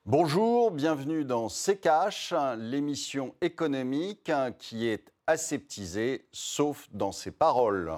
Bonjour, bienvenue dans C'est Cash, l'émission économique qui est aseptisée, sauf dans ses paroles.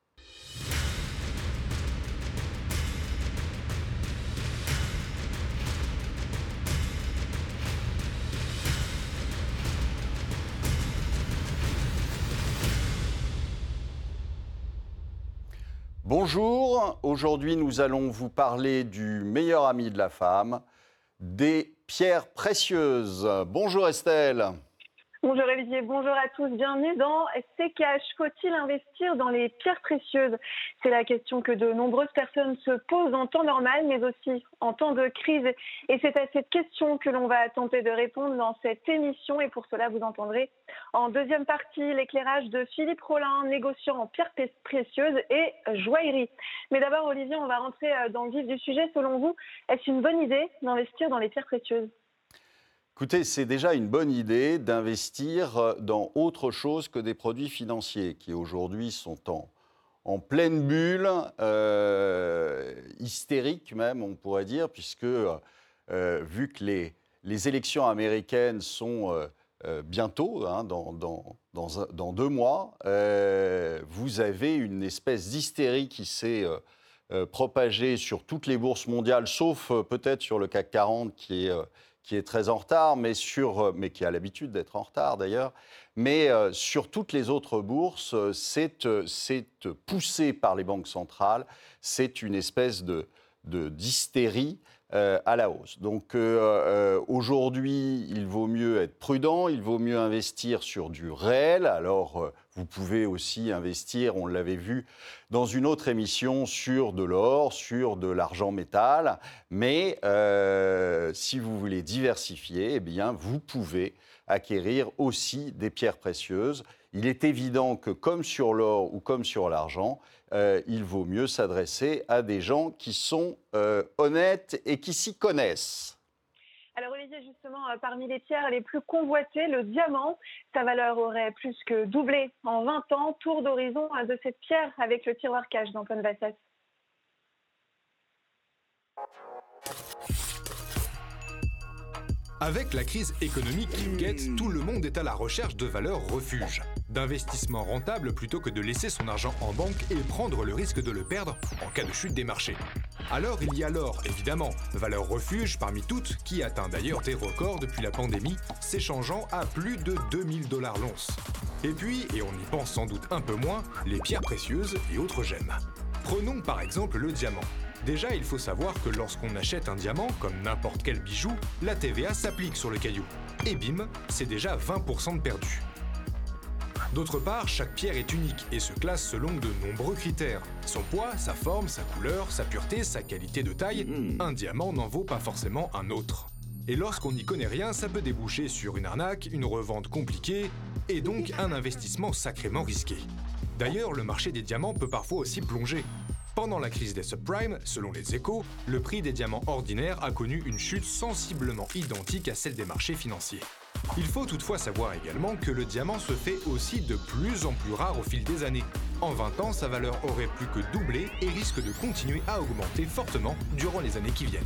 Bonjour, aujourd'hui nous allons vous parler du meilleur ami de la femme, des pierres précieuses. Bonjour Estelle. Bonjour Olivier, bonjour à tous, bienvenue dans C'est Cash. Faut-il investir dans les pierres précieuses? C'est la question que de nombreuses personnes se posent en temps normal, mais aussi en temps de crise. Et c'est à cette question que l'on va tenter de répondre dans cette émission. Et pour cela, vous entendrez en deuxième partie l'éclairage de Philippe Rollin, négociant en pierres précieuses et joaillerie. Mais d'abord Olivier, on va rentrer dans le vif du sujet. Selon vous, est-ce une bonne idée d'investir dans les pierres précieuses? Écoutez, c'est déjà une bonne idée d'investir dans autre chose que des produits financiers qui aujourd'hui sont en pleine bulle, hystérique même, on pourrait dire, puisque vu que les élections américaines sont bientôt, dans 2 mois, vous avez une espèce d'hystérie qui s'est propagée sur toutes les bourses mondiales, sauf peut-être sur le CAC 40 qui est très en retard, mais qui a l'habitude d'être en retard d'ailleurs, mais sur toutes les autres bourses, c'est poussé par les banques centrales, c'est une espèce d'hystérie à la hausse. Donc aujourd'hui, il vaut mieux être prudent, il vaut mieux investir sur du réel. Alors vous pouvez aussi investir, on l'avait vu dans une autre émission, sur de l'or, sur de l'argent métal. Mais si vous voulez diversifier, eh bien, vous pouvez acquérir aussi des pierres précieuses. Il est évident que comme sur l'or ou comme sur l'argent, il vaut mieux s'adresser à des gens qui sont honnêtes et qui s'y connaissent. Alors Olivier, justement, parmi les pierres les plus convoitées, le diamant, sa valeur aurait plus que doublé en 20 ans. Tour d'horizon de cette pierre avec le tiroir cash d'Antoine Vassas. Avec la crise économique qui guette, tout le monde est à la recherche de valeurs refuges, d'investissements rentables plutôt que de laisser son argent en banque et prendre le risque de le perdre en cas de chute des marchés. Alors il y a l'or, évidemment, valeur refuge parmi toutes, qui atteint d'ailleurs des records depuis la pandémie, s'échangeant à plus de 2000 $ l'once. Et puis, et on y pense sans doute un peu moins, les pierres précieuses et autres gemmes. Prenons par exemple le diamant. Déjà, il faut savoir que lorsqu'on achète un diamant, comme n'importe quel bijou, la TVA s'applique sur le caillou. Et bim, c'est déjà 20% de perdu. D'autre part, chaque pierre est unique et se classe selon de nombreux critères. Son poids, sa forme, sa couleur, sa pureté, sa qualité de taille, un diamant n'en vaut pas forcément un autre. Et lorsqu'on n'y connaît rien, ça peut déboucher sur une arnaque, une revente compliquée, et donc un investissement sacrément risqué. D'ailleurs, le marché des diamants peut parfois aussi plonger. Pendant la crise des subprimes, selon les Échos, le prix des diamants ordinaires a connu une chute sensiblement identique à celle des marchés financiers. Il faut toutefois savoir également que le diamant se fait aussi de plus en plus rare au fil des années. En 20 ans, sa valeur aurait plus que doublé et risque de continuer à augmenter fortement durant les années qui viennent.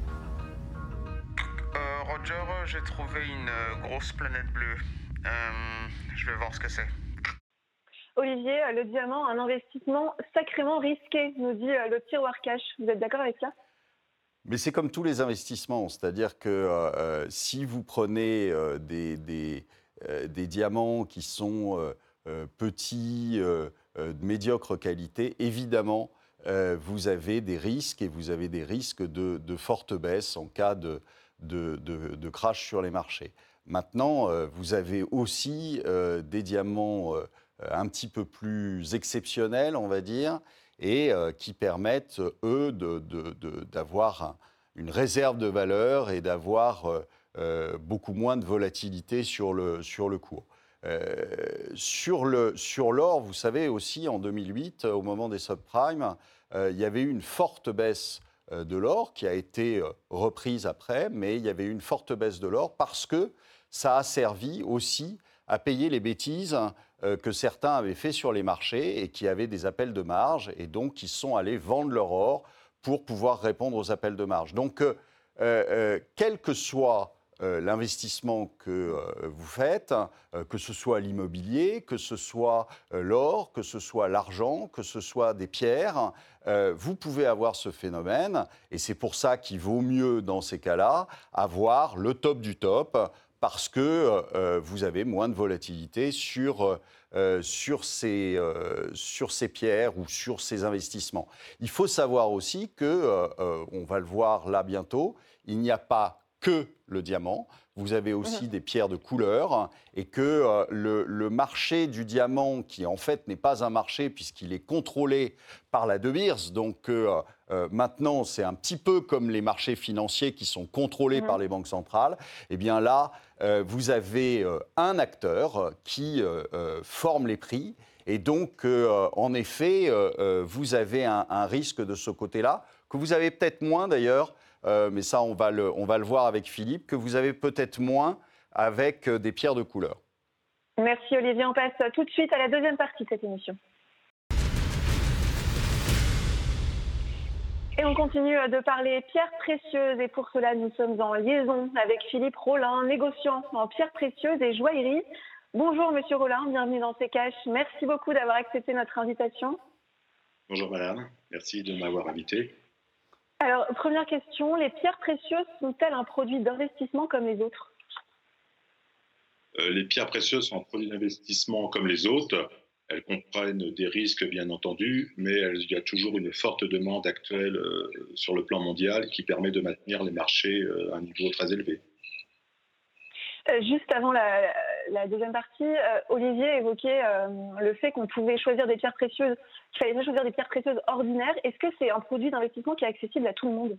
Roger, j'ai trouvé une grosse planète bleue. Je vais voir ce que c'est. Olivier, le diamant, un investissement sacrément risqué, nous dit le tiroir cash. Vous êtes d'accord avec ça? Mais c'est comme tous les investissements, c'est-à-dire que si vous prenez des diamants qui sont petits, de médiocre qualité, évidemment, vous avez des risques et vous avez des risques de forte baisse en cas de crash sur les marchés. Maintenant, vous avez aussi des diamants un petit peu plus exceptionnels, on va dire, et qui permettent, eux, d'avoir une réserve de valeur et d'avoir beaucoup moins de volatilité sur le cours. Sur l'or, vous savez aussi, en 2008, au moment des subprimes, il y avait eu une forte baisse de l'or qui a été reprise après, mais il y avait eu une forte baisse de l'or parce que ça a servi aussi à payer les bêtises que certains avaient fait sur les marchés et qui avaient des appels de marge et donc qui sont allés vendre leur or pour pouvoir répondre aux appels de marge. Donc quel que soit l'investissement que vous faites, que ce soit l'immobilier, que ce soit l'or, que ce soit l'argent, que ce soit des pierres, vous pouvez avoir ce phénomène. Et c'est pour ça qu'il vaut mieux, dans ces cas-là, avoir le top du top, parce que vous avez moins de volatilité sur ces pierres ou sur ces investissements. Il faut savoir aussi que, on va le voir là bientôt, il n'y a pas que le diamant, vous avez aussi des pierres de couleur et que le marché du diamant, qui en fait n'est pas un marché puisqu'il est contrôlé par la De Beers, donc maintenant c'est un petit peu comme les marchés financiers qui sont contrôlés par les banques centrales, et bien là vous avez un acteur qui forme les prix et donc en effet vous avez un risque de ce côté-là que vous avez peut-être moins d'ailleurs. Mais ça, on va le voir avec Philippe, que vous avez peut-être moins avec des pierres de couleur. Merci Olivier, on passe tout de suite à la deuxième partie de cette émission. Et on continue de parler pierres précieuses et pour cela nous sommes en liaison avec Philippe Rollin, négociant en pierres précieuses et joaillerie. Bonjour Monsieur Rollin, bienvenue dans C Cash. Merci beaucoup d'avoir accepté notre invitation. Bonjour madame, merci de m'avoir invité. Alors, première question, les pierres précieuses sont-elles un produit d'investissement comme les autres ? Les pierres précieuses sont un produit d'investissement comme les autres. Elles comprennent des risques, bien entendu, mais il y a toujours une forte demande actuelle sur le plan mondial qui permet de maintenir les marchés à un niveau très élevé. Juste avant la deuxième partie, Olivier évoquait le fait qu'on pouvait choisir des pierres précieuses, qu'il fallait pas choisir des pierres précieuses ordinaires. Est-ce que c'est un produit d'investissement qui est accessible à tout le monde ?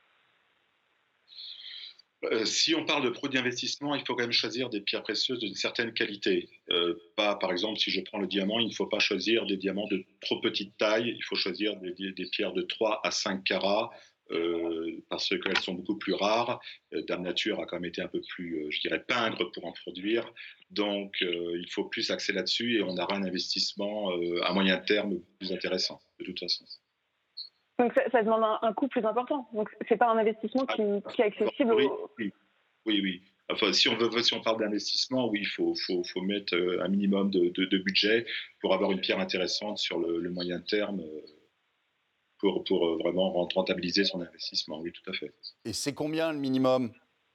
Si on parle de produits d'investissement, il faut quand même choisir des pierres précieuses d'une certaine qualité. Pas, par exemple, si je prends le diamant, il ne faut pas choisir des diamants de trop petite taille, il faut choisir des pierres de 3 à 5 carats, parce qu'elles sont beaucoup plus rares. Dame Nature a quand même été un peu plus, je dirais, pingre pour en produire. Donc, il faut plus axer là-dessus et on aura un investissement à moyen terme plus intéressant, de toute façon. Donc, ça demande un coût plus important. Donc, ce n'est pas un investissement qui est accessible Oui. Enfin, si on parle d'investissement, oui, il faut mettre un minimum de budget pour avoir une pierre intéressante sur le moyen terme. Pour vraiment rentabiliser son investissement, oui, tout à fait. Et c'est combien le minimum ?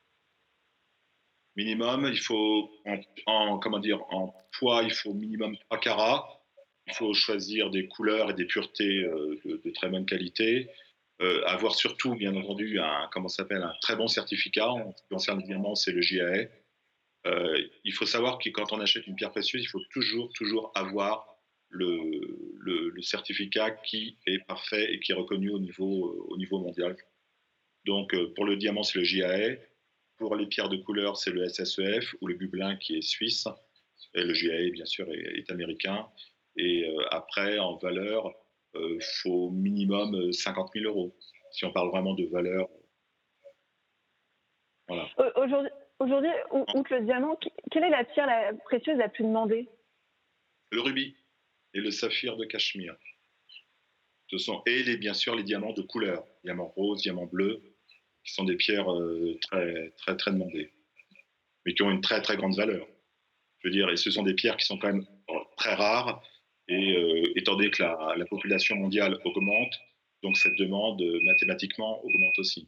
Minimum, il faut, en poids, il faut minimum 3 carats. Il faut choisir des couleurs et des puretés de très bonne qualité. Avoir surtout, bien entendu, un très bon certificat. En ce qui concerne le diamant, c'est le JAE. Il faut savoir que quand on achète une pierre précieuse, il faut toujours avoir le certificat qui est parfait et qui est reconnu au niveau mondial. Donc, pour le diamant, c'est le JAE. Pour les pierres de couleur, c'est le SSEF ou le Bublin qui est suisse. Et le JAE, bien sûr, est américain. Et après, en valeur, faut minimum 50 000 €, si on parle vraiment de valeur. Voilà. Aujourd'hui, outre le diamant, quelle est la pierre précieuse la plus demandée ? Le rubis et le saphir de Cachemire. Bien sûr les diamants de couleur, diamant rose, diamant bleu, qui sont des pierres très, très, très demandées, mais qui ont une très, très grande valeur. Je veux dire, et ce sont des pierres qui sont quand même très rares, et étant donné que la population mondiale augmente, donc cette demande mathématiquement augmente aussi.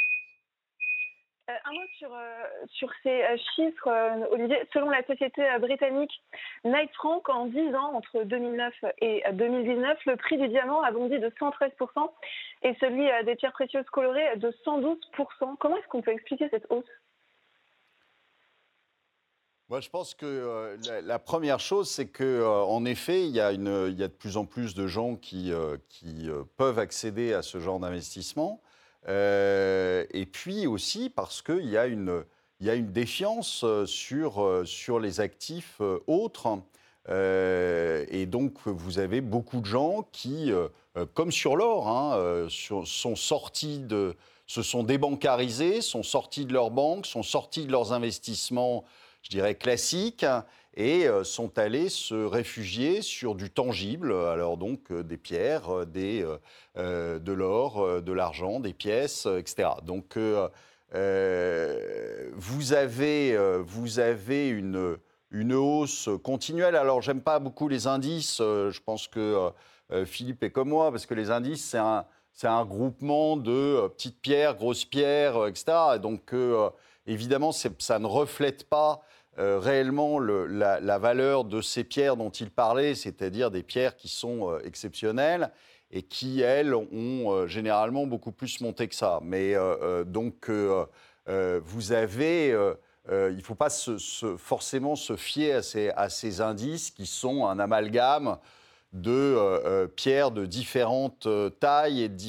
Un mot sur ces chiffres, Olivier. Selon la société britannique Knight Frank, en 10 ans, entre 2009 et 2019, le prix du diamant a bondi de 113% et celui des pierres précieuses colorées de 112%. Comment est-ce qu'on peut expliquer cette hausse ? Moi, je pense que la première chose, c'est qu'en effet, il y a de plus en plus de gens qui peuvent accéder à ce genre d'investissement. Et puis aussi parce qu'il y a une défiance sur les actifs autres. Et donc, vous avez beaucoup de gens qui, comme sur l'or, sont sortis se sont débancarisés, sont sortis de leurs banques, sont sortis de leurs investissements je dirais, classiques, et sont allés se réfugier sur du tangible, alors donc des pierres, de l'or, de l'argent, des pièces, etc. Donc vous avez une hausse continuelle. Alors j'aime pas beaucoup les indices, je pense que Philippe est comme moi, parce que les indices, c'est un groupement de petites pierres, grosses pierres, etc. Donc évidemment, ça ne reflète pas réellement la valeur de ces pierres dont il parlait, c'est-à-dire des pierres qui sont exceptionnelles et qui, elles, ont généralement beaucoup plus monté que ça. Mais donc, vous avez... il ne faut pas forcément se fier à ces indices qui sont un amalgame de pierres de différentes tailles et de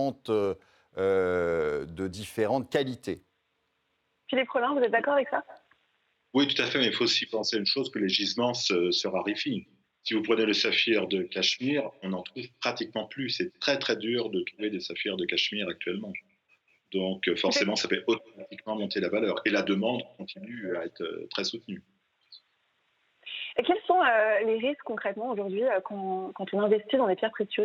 différentes qualités. Philippe Rollin, vous êtes d'accord avec ça? Oui, tout à fait, mais il faut aussi penser à une chose, que les gisements se raréfient. Si vous prenez le saphir de Cachemire, on n'en trouve pratiquement plus. C'est très très dur de trouver des saphirs de Cachemire actuellement. Donc forcément, ça fait automatiquement monter la valeur. Et la demande continue à être très soutenue. Et quels sont les risques concrètement aujourd'hui quand on investit dans les pierres précieuses?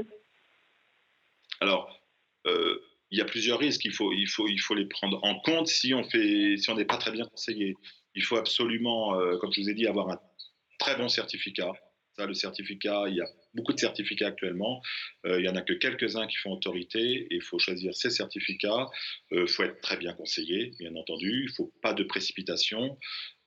Alors, il y a plusieurs risques. Il faut les prendre en compte si on n'est pas très bien conseillé. Il faut absolument, comme je vous ai dit, avoir un très bon certificat. Ça, le certificat, il y a beaucoup de certificats actuellement. Il n'y en a que quelques-uns qui font autorité et il faut choisir ces certificats. Il faut être très bien conseillé, bien entendu. Il ne faut pas de précipitation.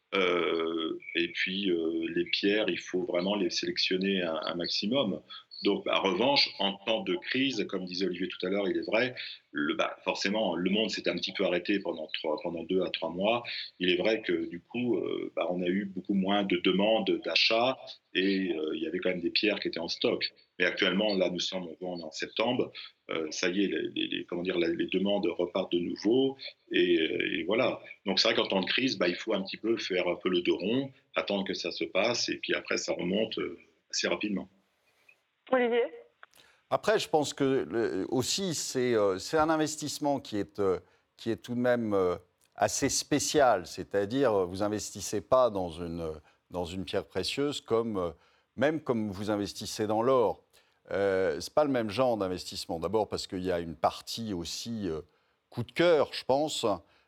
Et puis, les pierres, il faut vraiment les sélectionner un maximum. Donc, en revanche, en temps de crise, comme disait Olivier tout à l'heure, il est vrai, forcément, le monde s'est un petit peu arrêté pendant 2 à 3 mois. Il est vrai que du coup, on a eu beaucoup moins de demandes d'achat et il y avait quand même des pierres qui étaient en stock. Mais actuellement, là, on est en septembre. Ça y est, les demandes repartent de nouveau et voilà. Donc, c'est vrai qu'en temps de crise, il faut un petit peu faire un peu le dos rond, attendre que ça se passe et puis après, ça remonte assez rapidement. Olivier? Après, je pense que aussi, c'est un investissement qui est tout de même assez spécial. C'est-à-dire, vous n'investissez pas dans une pierre précieuse même comme vous investissez dans l'or. Ce n'est pas le même genre d'investissement. D'abord parce qu'il y a une partie aussi coup de cœur, je pense.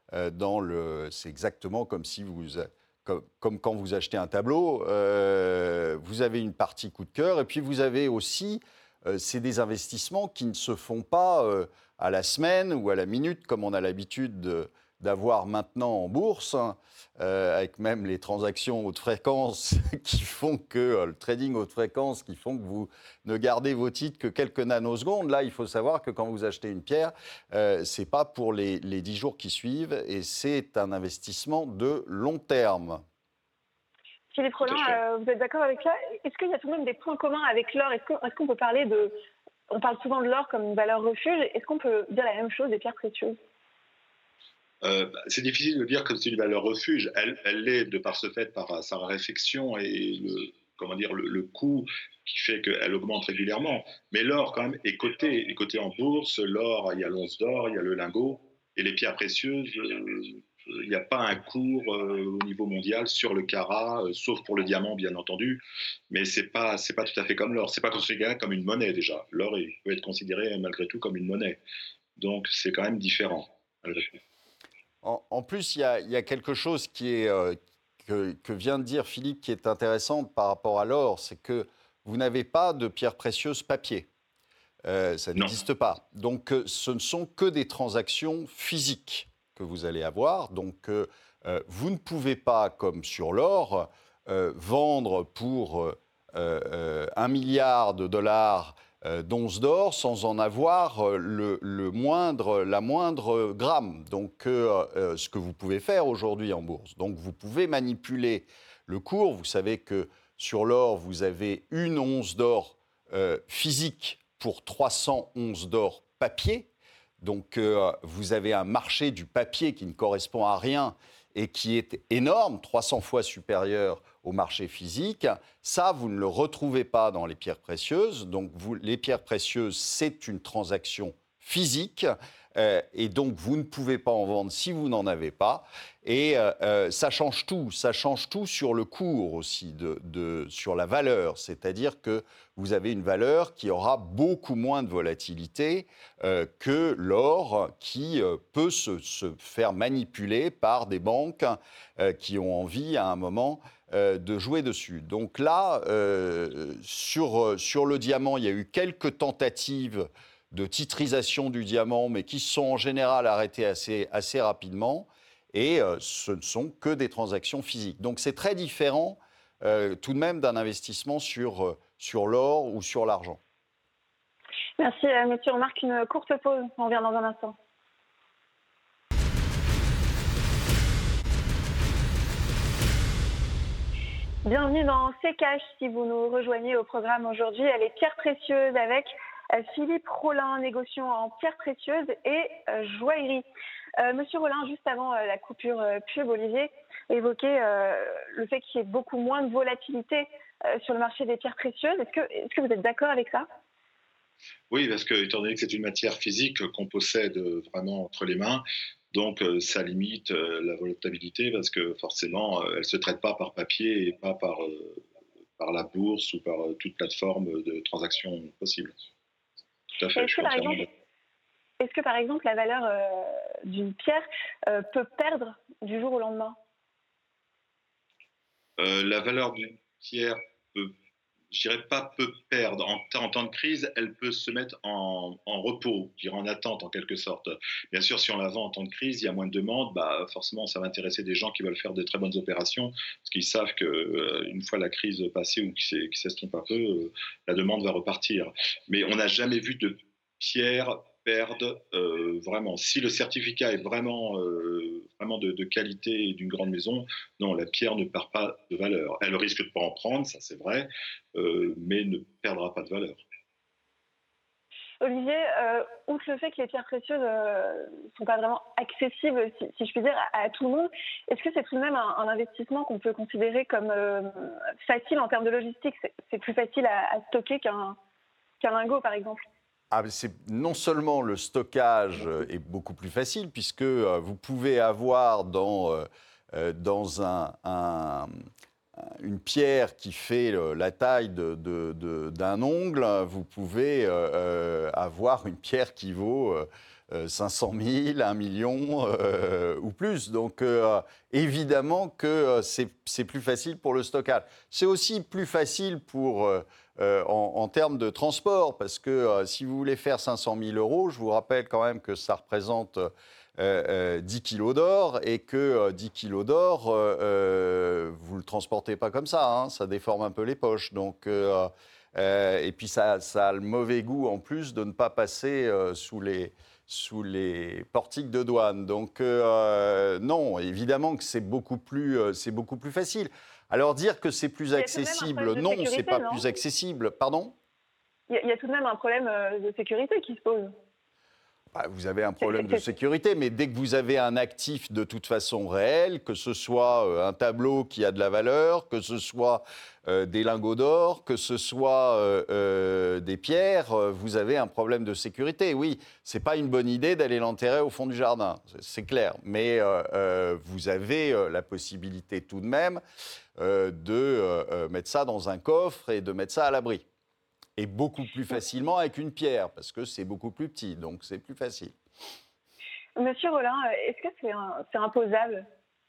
C'est exactement comme si comme quand vous achetez un tableau, vous avez une partie coup de cœur et puis vous avez aussi, c'est des investissements qui ne se font pas à la semaine ou à la minute comme on a l'habitude d'avoir maintenant en bourse, avec même les transactions haute fréquence qui font que, le trading haute fréquence qui font que vous ne gardez vos titres que quelques nanosecondes. Là, il faut savoir que quand vous achetez une pierre, ce n'est pas pour les 10 jours qui suivent et c'est un investissement de long terme. Philippe Rollin, vous êtes d'accord avec ça? Est-ce qu'il y a tout de même des points communs avec l'or? Est-ce qu'on peut parler on parle souvent de l'or comme une valeur refuge. Est-ce qu'on peut dire la même chose des pierres précieuses? C'est difficile de dire que c'est une valeur refuge. Elle l'est de par ce fait, par sa raréfaction et le coût qui fait qu'elle augmente régulièrement. Mais l'or, quand même, est coté en bourse. L'or, il y a l'once d'or, il y a le lingot. Et les pierres précieuses, il n'y a pas un cours au niveau mondial sur le carat, sauf pour le diamant, bien entendu. Mais c'est pas tout à fait comme l'or. C'est pas considéré comme une monnaie, déjà. L'or, il peut être considéré, malgré tout, comme une monnaie. Donc, c'est quand même différent, malgré tout. En plus, il y a quelque chose que vient de dire Philippe qui est intéressant par rapport à l'or, c'est que vous n'avez pas de pierres précieuses papier. Ça n'existe pas. Donc, ce ne sont que des transactions physiques que vous allez avoir. Donc, vous ne pouvez pas, comme sur l'or, vendre pour $1 milliard d'onces d'or sans en avoir la moindre gramme. Donc, ce que vous pouvez faire aujourd'hui en bourse. Donc, vous pouvez manipuler le cours. Vous savez que sur l'or, vous avez une once d'or physique pour 300 onces d'or papier. Donc, vous avez un marché du papier qui ne correspond à rien et qui est énorme, 300 fois supérieur au marché physique. Ça, vous ne le retrouvez pas dans les pierres précieuses. Donc, les pierres précieuses, c'est une transaction physique. Et donc, vous ne pouvez pas en vendre si vous n'en avez pas. Et ça change tout. Ça change tout sur le cours aussi, sur la valeur. C'est-à-dire que vous avez une valeur qui aura beaucoup moins de volatilité que l'or qui peut se faire manipuler par des banques qui ont envie à un moment de jouer dessus. Donc là, sur le diamant, il y a eu quelques tentatives de titrisation du diamant, mais qui sont en général arrêtées assez rapidement. Et ce ne sont que des transactions physiques. Donc c'est très différent tout de même d'un investissement sur l'or ou sur l'argent. Merci, monsieur. On marque une courte pause. On revient dans un instant. Bienvenue dans C'est Cash. Si vous nous rejoignez au programme aujourd'hui, les pierres précieuses avec Philippe Rollin, négociant en pierres précieuses et joaillerie. Monsieur Rollin, juste avant la coupure pub, Olivier évoquait le fait qu'il y ait beaucoup moins de volatilité sur le marché des pierres précieuses. Est-ce que vous êtes d'accord avec ça ? Oui, parce que, étant donné que c'est une matière physique qu'on possède vraiment entre les mains, donc ça limite la volatilité parce que forcément, elle ne se traite pas par papier et pas par la bourse ou par toute plateforme de transaction possible. Tout à fait. Est-ce que, par exemple, la valeur d'une pierre peut perdre du jour au lendemain ? La valeur d'une pierre je dirais pas peut perdre. En temps de crise, elle peut se mettre en repos, je dirais en attente en quelque sorte. Bien sûr, si on la vend en temps de crise, il y a moins de demandes, forcément ça va intéresser des gens qui veulent faire de très bonnes opérations, parce qu'ils savent qu'une fois la crise passée ou qui s'estompe un peu, la demande va repartir. Mais on n'a jamais vu de pierre perdre vraiment. Si le certificat est vraiment de qualité et d'une grande maison, non, la pierre ne perd pas de valeur. Elle risque de ne pas en prendre, ça c'est vrai, mais ne perdra pas de valeur. Olivier, outre le fait que les pierres précieuses ne sont pas vraiment accessibles, si je puis dire, à tout le monde, est-ce que c'est tout de même un investissement qu'on peut considérer comme facile en termes de logistique ? C'est plus facile à stocker qu'un lingot, par exemple ? Non seulement le stockage est beaucoup plus facile, puisque vous pouvez avoir dans une pierre qui fait la taille d'un ongle, vous pouvez avoir une pierre qui vaut 500 000, 1 million ou plus. Donc évidemment que c'est plus facile pour le stockage. C'est aussi plus facile en termes de transport, parce que si vous voulez faire 500 000 €, je vous rappelle quand même que ça représente 10 kilos d'or, et que 10 kilos d'or, vous ne le transportez pas comme ça, hein, ça déforme un peu les poches. Donc, et puis ça a le mauvais goût en plus de ne pas passer sous les portiques de douane. Donc non, évidemment que c'est beaucoup plus facile. Alors dire que c'est plus accessible, non, c'est pas plus accessible. Pardon ? Il y a tout de même un problème de sécurité qui se pose. Vous avez un problème de sécurité, mais dès que vous avez un actif de toute façon réel, que ce soit un tableau qui a de la valeur, que ce soit des lingots d'or, que ce soit des pierres, vous avez un problème de sécurité. Oui, c'est pas une bonne idée d'aller l'enterrer au fond du jardin, c'est clair. Mais vous avez la possibilité tout de même de mettre ça dans un coffre et de mettre ça à l'abri. Et beaucoup plus facilement avec une pierre, parce que c'est beaucoup plus petit, donc c'est plus facile. Monsieur Rollin, est-ce que c'est imposable ?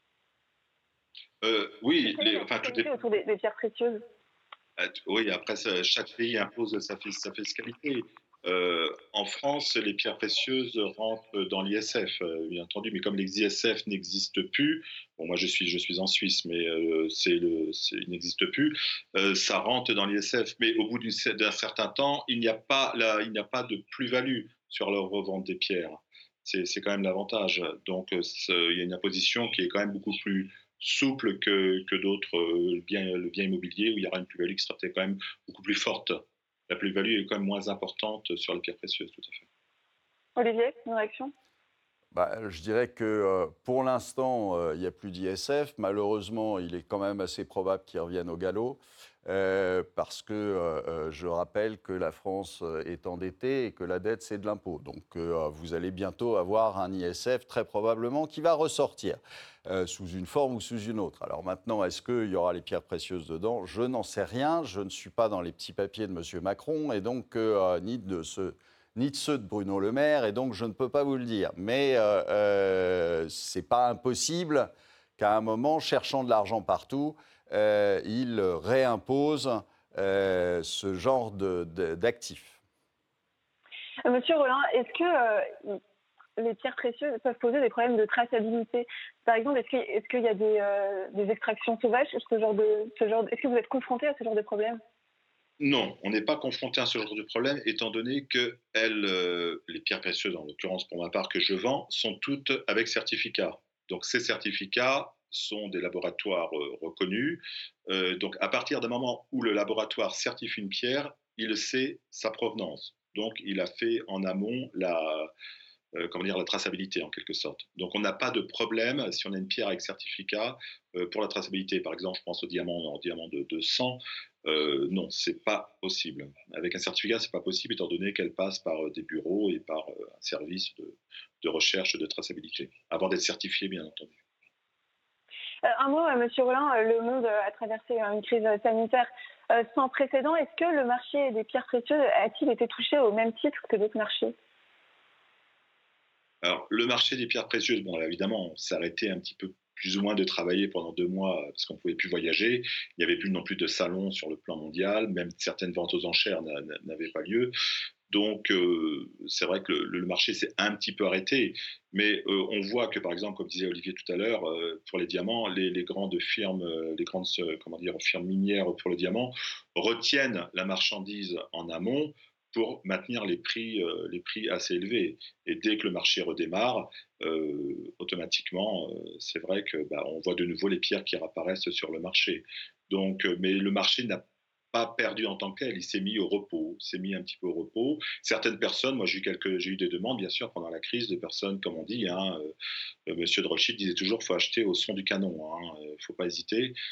Oui, tout est autour des pierres précieuses. Oui, après, chaque pays impose sa fiscalité. En France, les pierres précieuses rentrent dans l'ISF, bien entendu, mais comme les ISF n'existent plus, bon, moi je suis en Suisse, mais il n'existe plus, ça rentre dans l'ISF, mais au bout d'un certain temps, il n'y a pas de plus-value sur leur revente des pierres. C'est quand même l'avantage. Donc, il y a une imposition qui est quand même beaucoup plus souple que d'autres le bien immobilier, où il y aura une plus-value qui sera peut-être quand même beaucoup plus forte. La plus-value est quand même moins importante sur les pierres précieuses, tout à fait. Olivier, une réaction ? Je dirais que pour l'instant, il n'y a plus d'ISF. Malheureusement, il est quand même assez probable qu'ils reviennent au galop. Parce que je rappelle que la France est endettée et que la dette, c'est de l'impôt. Donc, vous allez bientôt avoir un ISF, très probablement, qui va ressortir sous une forme ou sous une autre. Alors maintenant, est-ce qu'il y aura les pierres précieuses dedans? Je n'en sais rien. Je ne suis pas dans les petits papiers de M. Macron, et donc ni de ceux de Bruno Le Maire, et donc je ne peux pas vous le dire. Mais ce n'est pas impossible qu'à un moment, cherchant de l'argent partout, il réimpose ce genre d'actifs. Monsieur Rollin, est-ce que les pierres précieuses peuvent poser des problèmes de traçabilité? Par exemple, est-ce qu'il y a des extractions sauvages? Est-ce que vous êtes confronté à ce genre de problème? Non, on n'est pas confronté à ce genre de problème, étant donné que les pierres précieuses, en l'occurrence pour ma part que je vends, sont toutes avec certificat. Donc ces certificats sont des laboratoires reconnus. Donc à partir d'un moment où le laboratoire certifie une pierre, il sait sa provenance. Donc il a fait en amont la traçabilité en quelque sorte. Donc on n'a pas de problème si on a une pierre avec certificat pour la traçabilité. Par exemple, je pense au diamant de 100. Non, c'est pas possible. Avec un certificat, c'est pas possible étant donné qu'elle passe par des bureaux et par un service de recherche de traçabilité, avant d'être certifiée, bien entendu. Un mot, Monsieur Rollin, le monde a traversé une crise sanitaire sans précédent. Est-ce que le marché des pierres précieuses a-t-il été touché au même titre que d'autres marchés? Alors, le marché des pierres précieuses, bon, évidemment, on s'est arrêté un petit peu plus ou moins de travailler pendant 2 mois parce qu'on ne pouvait plus voyager. Il n'y avait plus non plus de salon sur le plan mondial, même certaines ventes aux enchères n'avaient pas lieu. Donc, c'est vrai que le marché s'est un petit peu arrêté. Mais on voit que, par exemple, comme disait Olivier tout à l'heure, pour les diamants, les grandes firmes, firmes minières pour le diamant retiennent la marchandise en amont pour maintenir les prix assez élevés. Et dès que le marché redémarre, automatiquement, c'est vrai que on voit de nouveau les pierres qui réapparaissent sur le marché. Donc, mais le marché n'a pas perdu en tant que tel, il s'est mis au repos, il s'est mis un petit peu au repos. Certaines personnes, moi j'ai eu des demandes bien sûr pendant la crise de personnes, comme on dit, Monsieur de Rothschild disait toujours, faut acheter au son du canon, faut pas hésiter.